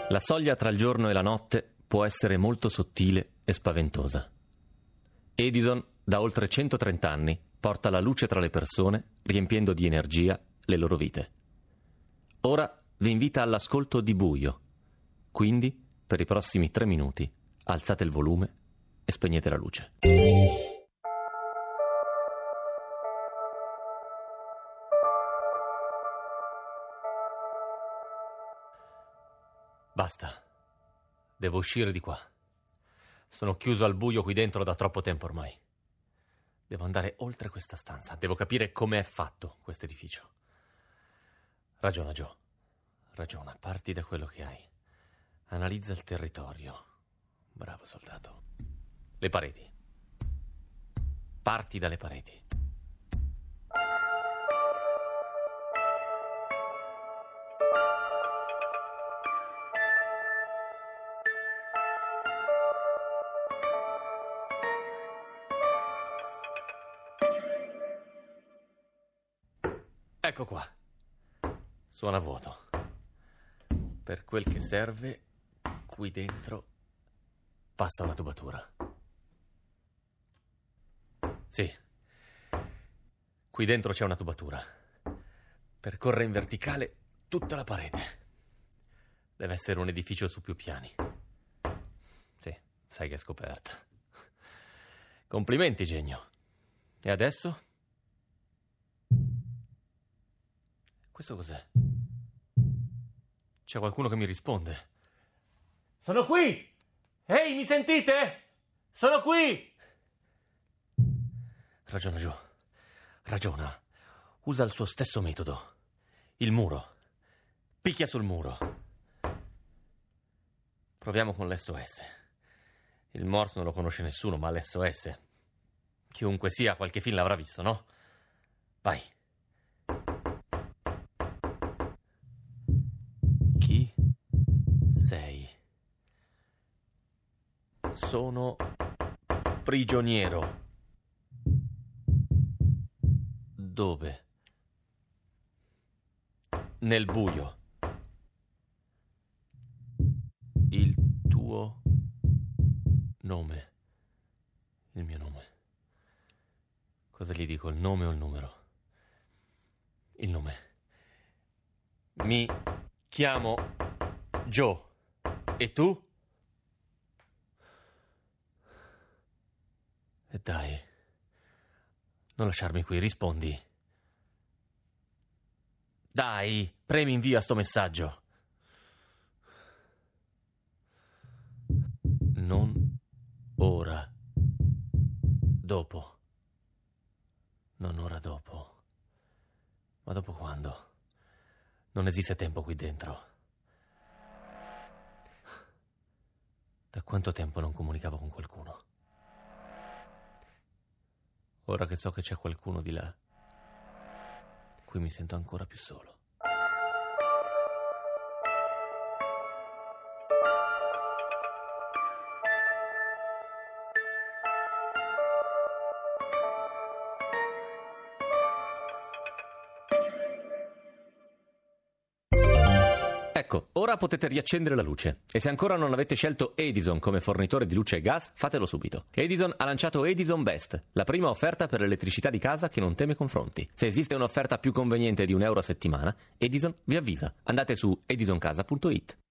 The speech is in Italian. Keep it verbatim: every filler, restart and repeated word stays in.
La soglia tra il giorno e la notte può essere molto sottile e spaventosa. Edison, da oltre centotrenta anni, porta la luce tra le persone, riempiendo di energia le loro vite. Ora vi invita all'ascolto di Buio. Quindi, per i prossimi tre minuti, alzate il volume e spegnete la luce. Basta. Devo uscire di qua. Sono chiuso al buio qui dentro da troppo tempo ormai. Devo andare oltre questa stanza. Devo capire come è fatto questo edificio. Ragiona, Joe. Ragiona. Parti da quello che hai. Analizza il territorio. Bravo, soldato. Le pareti. Parti dalle pareti. Ecco qua. Suona vuoto. Per quel che serve, qui dentro passa una tubatura. Sì. Qui dentro c'è una tubatura. Percorre in verticale tutta la parete. Deve essere un edificio su più piani. Sì, sai che è scoperta. Complimenti, genio. E adesso? Questo cos'è? C'è qualcuno che mi risponde. Sono qui! Ehi, mi sentite? Sono qui! Ragiona, Joe. Ragiona. Usa il suo stesso metodo. Il muro. Picchia sul muro. Proviamo con l'S O S. Il Morse non lo conosce nessuno, ma l'S O S, chiunque sia, qualche film l'avrà visto, no? Vai. Chi sei? Sono prigioniero. Dove? Nel buio. Il tuo nome. Il mio nome. Cosa gli dico? Il nome o il numero? Il nome. Mi chiamo Joe. E tu? E dai, non lasciarmi qui, rispondi. Dai, premi invia sto messaggio. Non ora. Dopo. Non ora dopo. Ma dopo quando? Non esiste tempo qui dentro. Da quanto tempo non comunicavo con qualcuno? Ora che so che c'è qualcuno di là, qui mi sento ancora più solo. Ecco, ora potete riaccendere la luce. E se ancora non avete scelto Edison come fornitore di luce e gas, fatelo subito. Edison ha lanciato Edison Best, la prima offerta per l'elettricità di casa che non teme confronti. Se esiste un'offerta più conveniente di un euro a settimana, Edison vi avvisa. Andate su edison casa punto it.